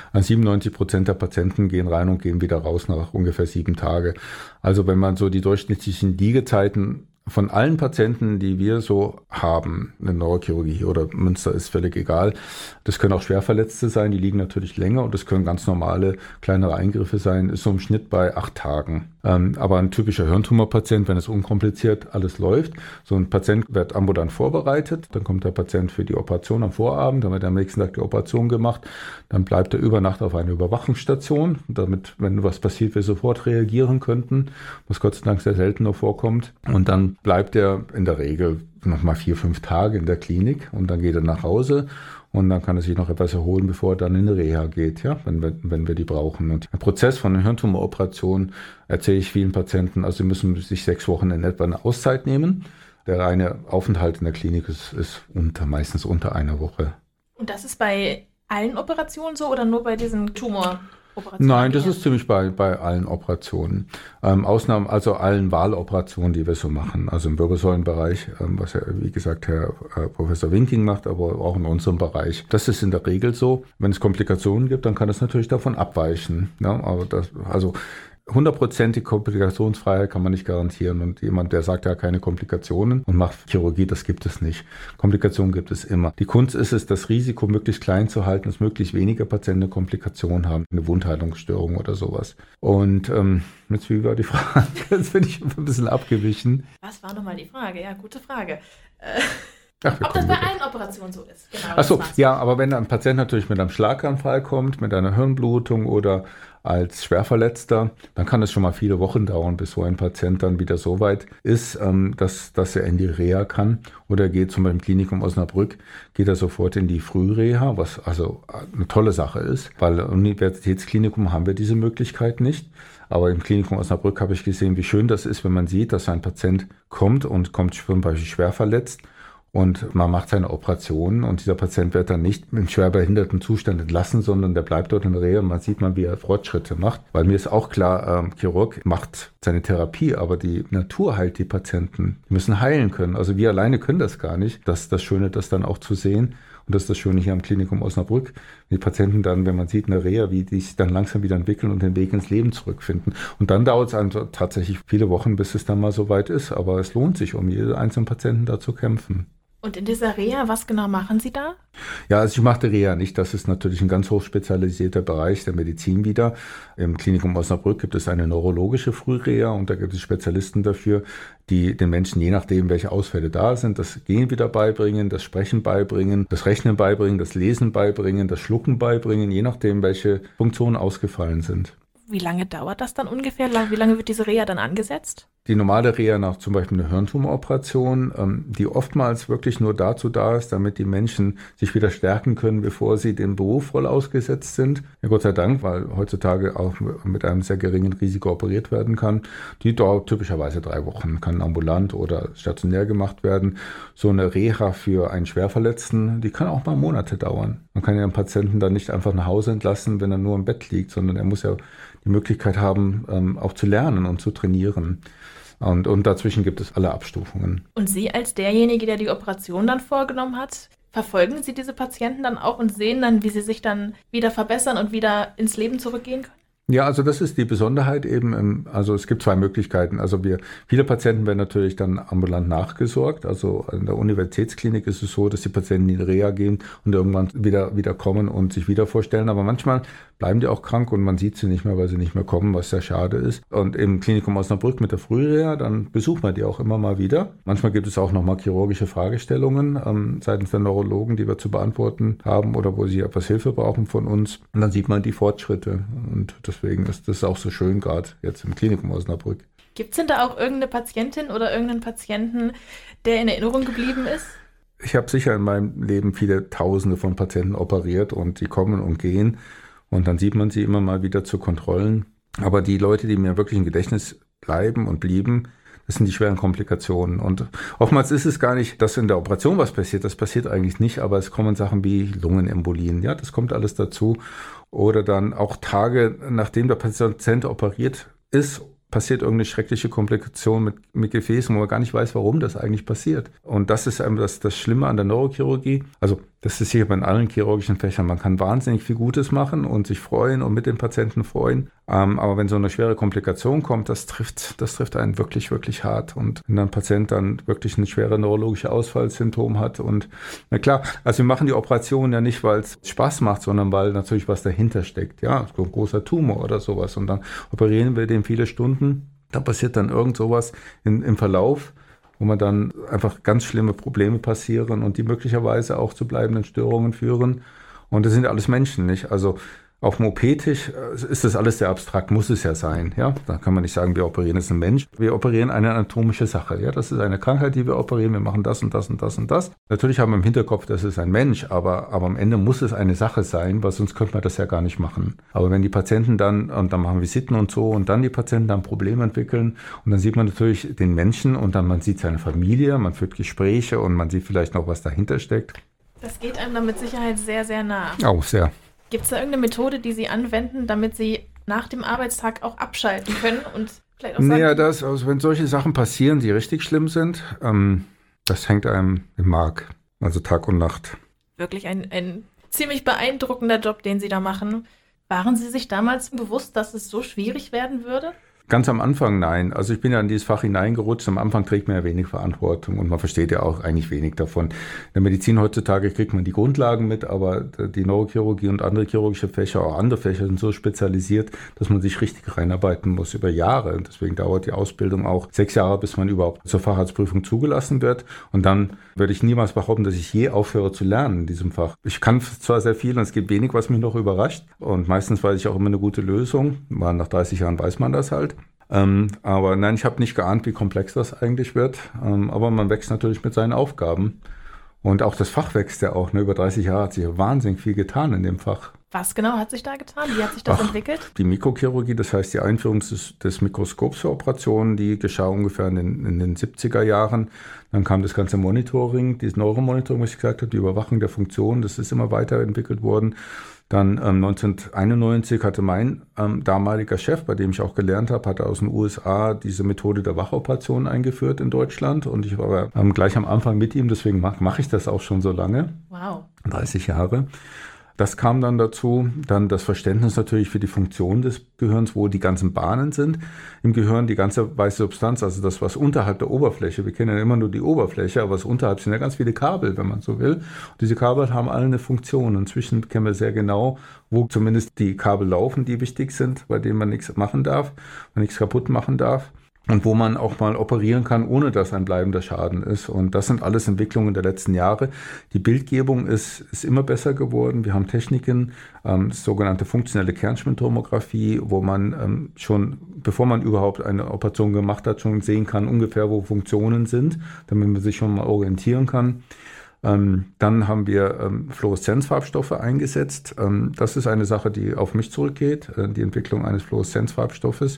97% der Patienten gehen rein und gehen wieder raus nach ungefähr 7 Tage. Also wenn man so die durchschnittlichen Liegezeiten von allen Patienten, die wir so haben, eine Neurochirurgie oder Münster ist völlig egal. Das können auch Schwerverletzte sein, die liegen natürlich länger und das können ganz normale kleinere Eingriffe sein, ist so im Schnitt bei 8 Tagen. Aber ein typischer Hirntumorpatient, wenn es unkompliziert alles läuft, so ein Patient wird ambulant vorbereitet, dann kommt der Patient für die Operation am Vorabend, dann wird am nächsten Tag die Operation gemacht, dann bleibt er über Nacht auf einer Überwachungsstation, damit, wenn was passiert, wir sofort reagieren könnten, was Gott sei Dank sehr selten noch vorkommt. Und dann bleibt er in der Regel nochmal 4-5 Tage in der Klinik und dann geht er nach Hause. Und dann kann er sich noch etwas erholen, bevor er dann in eine Reha geht, ja, wenn wir die brauchen. Und der Prozess von einer Hirntumoroperation erzähle ich vielen Patienten, also sie müssen sich 6 Wochen in etwa eine Auszeit nehmen. Der reine Aufenthalt in der Klinik ist meistens unter einer Woche. Und das ist bei allen Operationen so oder nur bei diesen Tumoroperationen? Nein, das ist ziemlich bei allen Operationen. Ausnahmen, also allen Wahloperationen, die wir so machen. Also im Wirbelsäulenbereich, was ja, wie gesagt, Herr Professor Winking macht, aber auch in unserem Bereich. Das ist in der Regel so. Wenn es Komplikationen gibt, dann kann es natürlich davon abweichen. Ja, aber 100%ige Komplikationsfreiheit kann man nicht garantieren. Und jemand, der sagt, ja, keine Komplikationen und macht Chirurgie, das gibt es nicht. Komplikationen gibt es immer. Die Kunst ist es, das Risiko möglichst klein zu halten, dass möglichst weniger Patienten eine Komplikation haben, eine Wundheilungsstörung oder sowas. Und jetzt, wie war die Frage? Jetzt bin ich ein bisschen abgewichen. Was war nochmal die Frage? Ja, gute Frage. Ob das bei allen Operationen so ist. Genau, ach so, ja, aber wenn ein Patient natürlich mit einem Schlaganfall kommt, mit einer Hirnblutung oder als Schwerverletzter, dann kann es schon mal viele Wochen dauern, bis so ein Patient dann wieder so weit ist, dass er in die Reha kann. Oder geht zum Beispiel im Klinikum Osnabrück, geht er sofort in die Frühreha, was also eine tolle Sache ist, weil im Universitätsklinikum haben wir diese Möglichkeit nicht. Aber im Klinikum Osnabrück habe ich gesehen, wie schön das ist, wenn man sieht, dass ein Patient kommt zum Beispiel schwer verletzt. Und man macht seine Operation und dieser Patient wird dann nicht im schwer behinderten Zustand entlassen, sondern der bleibt dort in der Reha und man sieht wie er Fortschritte macht. Weil mir ist auch klar, Chirurg macht seine Therapie, aber die Natur heilt die Patienten. Die müssen heilen können. Also wir alleine können das gar nicht. Das ist das Schöne, das dann auch zu sehen. Und das ist das Schöne hier am Klinikum Osnabrück. Die Patienten dann, wenn man sieht in der Reha, wie die sich dann langsam wieder entwickeln und den Weg ins Leben zurückfinden. Und dann dauert es also tatsächlich viele Wochen, bis es dann mal so weit ist. Aber es lohnt sich, um jeden einzelnen Patienten da zu kämpfen. Und in dieser Reha, was genau machen Sie da? Ja, also ich mache die Reha nicht. Das ist natürlich ein ganz hochspezialisierter Bereich der Medizin wieder. Im Klinikum Osnabrück gibt es eine neurologische Frühreha und da gibt es Spezialisten dafür, die den Menschen, je nachdem, welche Ausfälle da sind, das Gehen wieder beibringen, das Sprechen beibringen, das Rechnen beibringen, das Lesen beibringen, das Schlucken beibringen, je nachdem, welche Funktionen ausgefallen sind. Wie lange dauert das dann ungefähr? Wie lange wird diese Reha dann angesetzt? Die normale Reha nach zum Beispiel einer Hirntumoroperation, die oftmals wirklich nur dazu da ist, damit die Menschen sich wieder stärken können, bevor sie dem Beruf voll ausgesetzt sind. Ja, Gott sei Dank, weil heutzutage auch mit einem sehr geringen Risiko operiert werden kann. Die dauert typischerweise 3 Wochen, kann ambulant oder stationär gemacht werden. So eine Reha für einen Schwerverletzten, die kann auch mal Monate dauern. Man kann ja einen Patienten dann nicht einfach nach Hause entlassen, wenn er nur im Bett liegt, sondern er muss ja die Möglichkeit haben, auch zu lernen und zu trainieren. Und dazwischen gibt es alle Abstufungen. Und Sie als derjenige, der die Operation dann vorgenommen hat, verfolgen Sie diese Patienten dann auch und sehen dann, wie sie sich dann wieder verbessern und wieder ins Leben zurückgehen können? Ja, also das ist die Besonderheit eben. Also es gibt 2 Möglichkeiten. Also viele Patienten werden natürlich dann ambulant nachgesorgt. Also in der Universitätsklinik ist es so, dass die Patienten in die Reha gehen und irgendwann wieder kommen und sich wieder vorstellen. Aber manchmal bleiben die auch krank und man sieht sie nicht mehr, weil sie nicht mehr kommen, was sehr schade ist. Und im Klinikum Osnabrück mit der Frühreha, dann besucht man die auch immer mal wieder. Manchmal gibt es auch nochmal chirurgische Fragestellungen seitens der Neurologen, die wir zu beantworten haben oder wo sie etwas Hilfe brauchen von uns. Und dann sieht man die Fortschritte. Und deswegen ist das auch so schön, gerade jetzt im Klinikum Osnabrück. Gibt es denn da auch irgendeine Patientin oder irgendeinen Patienten, der in Erinnerung geblieben ist? Ich habe sicher in meinem Leben viele Tausende von Patienten operiert und die kommen und gehen. Und dann sieht man sie immer mal wieder zu Kontrollen. Aber die Leute, die mir wirklich im Gedächtnis bleiben und blieben, das sind die schweren Komplikationen. Und oftmals ist es gar nicht, dass in der Operation was passiert. Das passiert eigentlich nicht, aber es kommen Sachen wie Lungenembolien. Ja, das kommt alles dazu. Oder dann auch Tage, nachdem der Patient operiert ist, passiert irgendeine schreckliche Komplikation mit Gefäßen, wo man gar nicht weiß, warum das eigentlich passiert. Und das ist einem das Schlimme an der Neurochirurgie. Also das ist sicher bei allen chirurgischen Fächern. Man kann wahnsinnig viel Gutes machen und sich freuen und mit den Patienten freuen. Aber wenn so eine schwere Komplikation kommt, das trifft einen wirklich, wirklich hart. Und wenn ein Patient dann wirklich ein schweres neurologisches Ausfallsymptom hat. Und na klar, also wir machen die Operation ja nicht, weil es Spaß macht, sondern weil natürlich was dahinter steckt. Ja, so ein großer Tumor oder sowas. Und dann operieren wir den viele Stunden. Da passiert dann irgend sowas im Verlauf, wo man dann einfach ganz schlimme Probleme passieren und die möglicherweise auch zu bleibenden Störungen führen. Und das sind ja alles Menschen, nicht? Also auf dem OP-Tisch ist das alles sehr abstrakt, muss es ja sein. Ja? Da kann man nicht sagen, wir operieren jetzt einen Mensch. Wir operieren eine anatomische Sache. Ja? Das ist eine Krankheit, die wir operieren. Wir machen das und das und das und das. Natürlich haben wir im Hinterkopf, das ist ein Mensch, aber am Ende muss es eine Sache sein, weil sonst könnte man das ja gar nicht machen. Aber wenn die Patienten dann, und dann machen Visiten und so, und dann die Patienten dann Probleme entwickeln, und dann sieht man natürlich den Menschen und dann man sieht seine Familie, man führt Gespräche und man sieht vielleicht noch, was dahinter steckt. Das geht einem dann mit Sicherheit sehr, sehr nah. Auch sehr. Gibt es da irgendeine Methode, die Sie anwenden, damit Sie nach dem Arbeitstag auch abschalten können und vielleicht auch sagen? Naja, also wenn solche Sachen passieren, die richtig schlimm sind, das hängt einem im Mark, also Tag und Nacht. Wirklich ein ziemlich beeindruckender Job, den Sie da machen. Waren Sie sich damals bewusst, dass es so schwierig werden würde? Ganz am Anfang nein. Also ich bin ja in dieses Fach hineingerutscht. Am Anfang trägt man ja wenig Verantwortung und man versteht ja auch eigentlich wenig davon. In der Medizin heutzutage kriegt man die Grundlagen mit, aber die Neurochirurgie und andere chirurgische Fächer, auch andere Fächer sind so spezialisiert, dass man sich richtig reinarbeiten muss über Jahre. Und deswegen dauert die Ausbildung auch 6 Jahre, bis man überhaupt zur Facharztprüfung zugelassen wird. Und dann würde ich niemals behaupten, dass ich je aufhöre zu lernen in diesem Fach. Ich kann zwar sehr viel und es gibt wenig, was mich noch überrascht. Und meistens weiß ich auch immer eine gute Lösung. Nach 30 Jahren weiß man das halt. Aber nein, ich habe nicht geahnt, wie komplex das eigentlich wird. Aber man wächst natürlich mit seinen Aufgaben. Und auch das Fach wächst ja auch. Über 30 Jahre hat sich ja wahnsinnig viel getan in dem Fach. Was genau hat sich da getan? Wie hat sich das entwickelt? Die Mikrochirurgie, das heißt die Einführung des Mikroskops für Operationen, die geschah ungefähr in den 70er Jahren. Dann kam das ganze Monitoring, dieses Neuromonitoring, was ich gesagt habe, die Überwachung der Funktionen, das ist immer weiterentwickelt worden. Dann 1991 hatte mein damaliger Chef, bei dem ich auch gelernt habe, hatte aus den USA diese Methode der Wachoperation eingeführt in Deutschland. Und ich war gleich am Anfang mit ihm, deswegen mache ich das auch schon so lange. Wow. 30 Jahre. Das kam dann dazu, dann das Verständnis natürlich für die Funktion des Gehirns, wo die ganzen Bahnen sind im Gehirn, die ganze weiße Substanz, also das, was unterhalb der Oberfläche, wir kennen ja immer nur die Oberfläche, aber was unterhalb sind ja ganz viele Kabel, wenn man so will. Und diese Kabel haben alle eine Funktion. Inzwischen kennen wir sehr genau, wo zumindest die Kabel laufen, die wichtig sind, bei denen man nichts machen darf, man nichts kaputt machen darf. Und wo man auch mal operieren kann, ohne dass ein bleibender Schaden ist. Und das sind alles Entwicklungen der letzten Jahre. Die Bildgebung ist immer besser geworden. Wir haben Techniken, sogenannte funktionelle Kernspintomographie, wo man schon, bevor man überhaupt eine Operation gemacht hat, schon sehen kann, ungefähr wo Funktionen sind, damit man sich schon mal orientieren kann. Dann haben wir Fluoreszenzfarbstoffe eingesetzt. Das ist eine Sache, die auf mich zurückgeht, die Entwicklung eines Fluoreszenzfarbstoffes,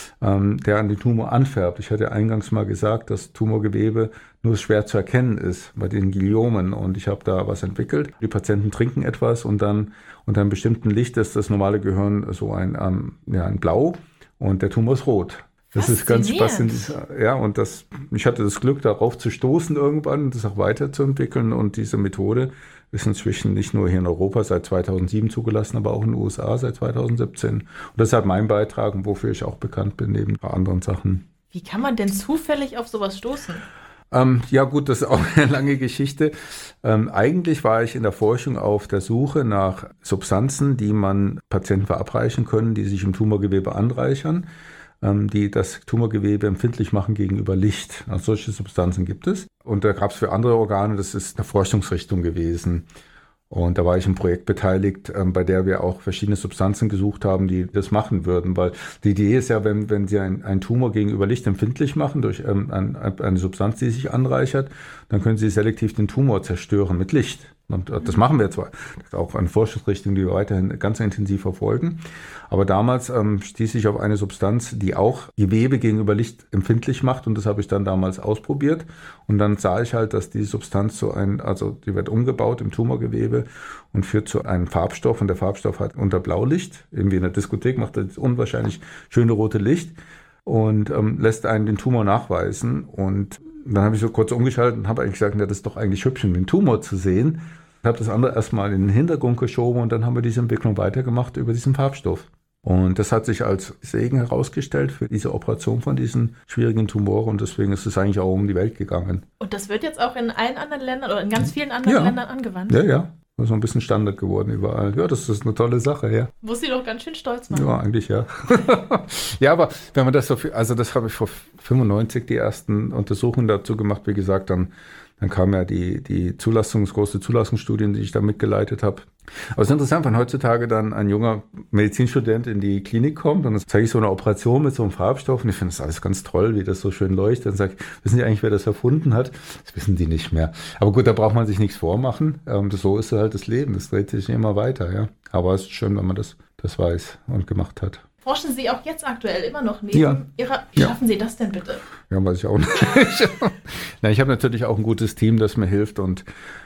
der an den Tumor anfärbt. Ich hatte eingangs mal gesagt, dass Tumorgewebe nur schwer zu erkennen ist bei den Gliomen und ich habe da was entwickelt. Die Patienten trinken etwas und dann unter einem bestimmten Licht ist das normale Gehirn so ein Blau und der Tumor ist rot. Das ist ganz spannend. Ja, und ich hatte das Glück, darauf zu stoßen irgendwann und das auch weiterzuentwickeln. Und diese Methode ist inzwischen nicht nur hier in Europa seit 2007 zugelassen, aber auch in den USA seit 2017. Und das ist halt mein Beitrag und wofür ich auch bekannt bin, neben anderen Sachen. Wie kann man denn zufällig auf sowas stoßen? Ja gut, das ist auch eine lange Geschichte. Eigentlich war ich in der Forschung auf der Suche nach Substanzen, die man Patienten verabreichen können, die sich im Tumorgewebe anreichern, die das Tumorgewebe empfindlich machen gegenüber Licht. Also solche Substanzen gibt es. Und da gab es für andere Organe, das ist eine Forschungsrichtung gewesen. Und da war ich im Projekt beteiligt, bei der wir auch verschiedene Substanzen gesucht haben, die das machen würden. Weil die Idee ist ja, wenn Sie einen Tumor gegenüber Licht empfindlich machen durch eine Substanz, die sich anreichert, dann können Sie selektiv den Tumor zerstören mit Licht. Und das machen wir zwar. Das ist auch eine Forschungsrichtung, die wir weiterhin ganz intensiv verfolgen. Aber damals stieß ich auf eine Substanz, die auch Gewebe gegenüber Licht empfindlich macht. Und das habe ich dann damals ausprobiert. Und dann sah ich halt, dass die Substanz die wird umgebaut im Tumorgewebe und führt zu einem Farbstoff. Und der Farbstoff hat unter Blaulicht, irgendwie in der Diskothek, macht das unwahrscheinlich schöne rote Licht und lässt einen den Tumor nachweisen. Und dann habe ich so kurz umgeschaltet und habe eigentlich gesagt, ja, das ist doch eigentlich hübsch, den Tumor zu sehen. Ich habe das andere erstmal in den Hintergrund geschoben und dann haben wir diese Entwicklung weitergemacht über diesen Farbstoff. Und das hat sich als Segen herausgestellt für diese Operation von diesen schwierigen Tumoren und deswegen ist es eigentlich auch um die Welt gegangen. Und das wird jetzt auch in allen anderen Ländern oder in ganz vielen anderen Ländern angewandt? Ja. Das ist so ein bisschen Standard geworden überall. Ja, das ist eine tolle Sache, ja. Muss sie doch ganz schön stolz machen. Ja, eigentlich ja. Ja, aber wenn man das so viel, also das habe ich vor 95 die ersten Untersuchungen dazu gemacht, wie gesagt, dann kam ja die große Zulassungsstudien, die ich da mitgeleitet habe. Aber es ist interessant, wenn heutzutage dann ein junger Medizinstudent in die Klinik kommt und dann zeige ich so eine Operation mit so einem Farbstoff und ich finde das alles ganz toll, wie das so schön leuchtet. Dann sage ich, wissen Sie eigentlich, wer das erfunden hat? Das wissen die nicht mehr. Aber gut, da braucht man sich nichts vormachen. So ist halt das Leben. Es dreht sich immer weiter, ja. Aber es ist schön, wenn man das weiß und gemacht hat. Forschen Sie auch jetzt aktuell immer noch neben Ihrer... Wie schaffen Sie das denn bitte? Ja, weiß ich auch nicht. Na, ich habe natürlich auch ein gutes Team, das mir hilft und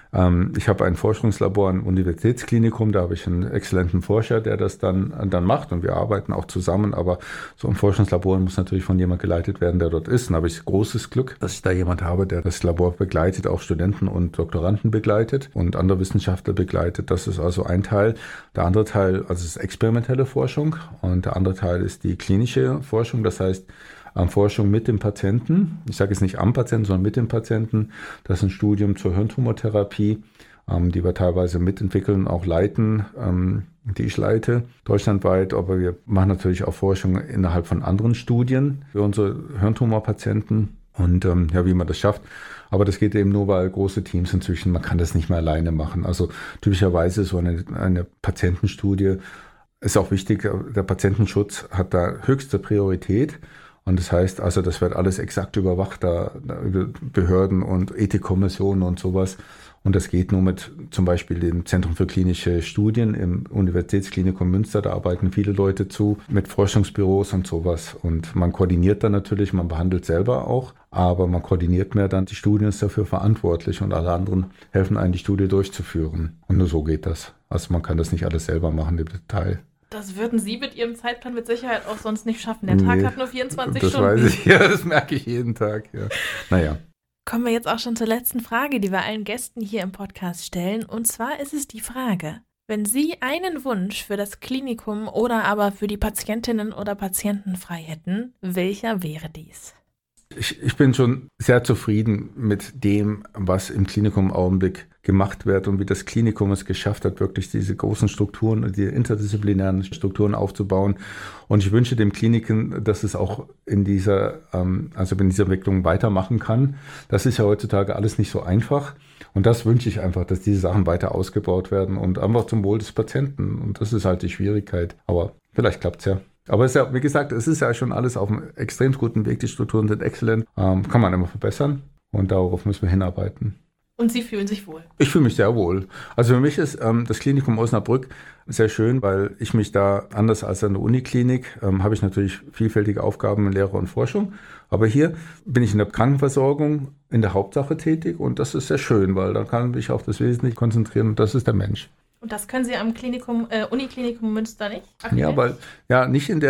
Ich habe ein Forschungslabor am Universitätsklinikum, da habe ich einen exzellenten Forscher, der das dann macht und wir arbeiten auch zusammen, aber so ein Forschungslabor muss natürlich von jemand geleitet werden, der dort ist. Und da habe ich großes Glück, dass ich da jemand habe, der das Labor begleitet, auch Studenten und Doktoranden begleitet und andere Wissenschaftler begleitet. Das ist also ein Teil. Der andere Teil, also ist experimentelle Forschung und der andere Teil ist die klinische Forschung, das heißt Forschung mit dem Patienten. Ich sage jetzt nicht am Patienten, sondern mit dem Patienten. Das ist ein Studium zur Hirntumortherapie, die wir teilweise mitentwickeln, auch leiten, die ich leite, deutschlandweit. Aber wir machen natürlich auch Forschung innerhalb von anderen Studien für unsere Hirntumorpatienten und wie man das schafft. Aber das geht eben nur, weil große Teams inzwischen, man kann das nicht mehr alleine machen. Also typischerweise so eine Patientenstudie ist auch wichtig. Der Patientenschutz hat da höchste Priorität. Und das heißt also, das wird alles exakt überwacht, da über Behörden und Ethikkommissionen und sowas. Und das geht nur mit zum Beispiel dem Zentrum für klinische Studien im Universitätsklinikum Münster. Da arbeiten viele Leute zu, mit Forschungsbüros und sowas. Und man koordiniert dann natürlich, man behandelt selber auch, aber man koordiniert mehr dann. Die Studien ist dafür verantwortlich und alle anderen helfen einem, die Studie durchzuführen. Und nur so geht das. Also man kann das nicht alles selber machen im Detail. Das würden Sie mit Ihrem Zeitplan mit Sicherheit auch sonst nicht schaffen. Der Tag hat nur 24 Stunden. Das weiß ich, ja, das merke ich jeden Tag. Ja. Naja. Kommen wir jetzt auch schon zur letzten Frage, die wir allen Gästen hier im Podcast stellen. Und zwar ist es die Frage, wenn Sie einen Wunsch für das Klinikum oder aber für die Patientinnen oder Patienten frei hätten, welcher wäre dies? Ich bin schon sehr zufrieden mit dem, was im Klinikum im Augenblick gemacht wird und wie das Klinikum es geschafft hat, wirklich diese großen Strukturen und die interdisziplinären Strukturen aufzubauen. Und ich wünsche dem Klinikum, dass es auch in dieser Entwicklung weitermachen kann. Das ist ja heutzutage alles nicht so einfach. Und das wünsche ich einfach, dass diese Sachen weiter ausgebaut werden und einfach zum Wohl des Patienten. Und das ist halt die Schwierigkeit. Aber vielleicht klappt es ja. Aber es ist ja, wie gesagt, es ist ja schon alles auf einem extrem guten Weg. Die Strukturen sind exzellent. Kann man immer verbessern. Und darauf müssen wir hinarbeiten. Und Sie fühlen sich wohl? Ich fühle mich sehr wohl. Also für mich ist das Klinikum Osnabrück sehr schön, weil ich mich da, anders als an der Uniklinik, habe ich natürlich vielfältige Aufgaben in Lehre und Forschung. Aber hier bin ich in der Krankenversorgung in der Hauptsache tätig und das ist sehr schön, weil da kann ich mich auf das Wesentliche konzentrieren und das ist der Mensch. Und das können Sie am Uniklinikum Münster nicht? Aktuell? Ja,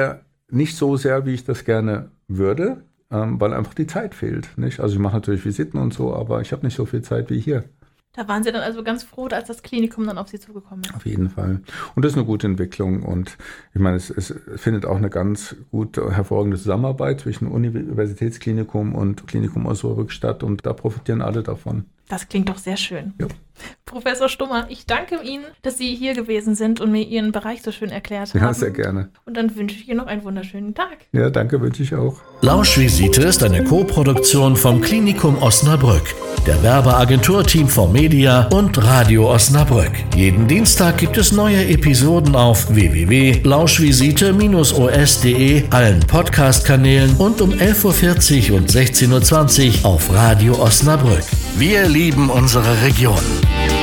nicht so sehr, wie ich das gerne würde. Weil einfach die Zeit fehlt. Nicht? Also ich mache natürlich Visiten und so, aber ich habe nicht so viel Zeit wie hier. Da waren Sie dann also ganz froh, als das Klinikum dann auf Sie zugekommen ist? Auf jeden Fall. Und das ist eine gute Entwicklung und ich meine, es findet auch eine ganz gute, hervorragende Zusammenarbeit zwischen Universitätsklinikum und Klinikum Osnabrück statt und da profitieren alle davon. Das klingt doch sehr schön. Ja. Professor Stummer, ich danke Ihnen, dass Sie hier gewesen sind und mir Ihren Bereich so schön erklärt haben. Ja, sehr gerne. Und dann wünsche ich Ihnen noch einen wunderschönen Tag. Ja, danke, wünsche ich auch. Lauschvisite ist eine Co-Produktion vom Klinikum Osnabrück, der Werbeagentur Team 4 Media und Radio Osnabrück. Jeden Dienstag gibt es neue Episoden auf www.lauschvisite-os.de, allen Podcast-Kanälen und um 11.40 Uhr und 16.20 Uhr auf Radio Osnabrück. Wir lieben unsere Region.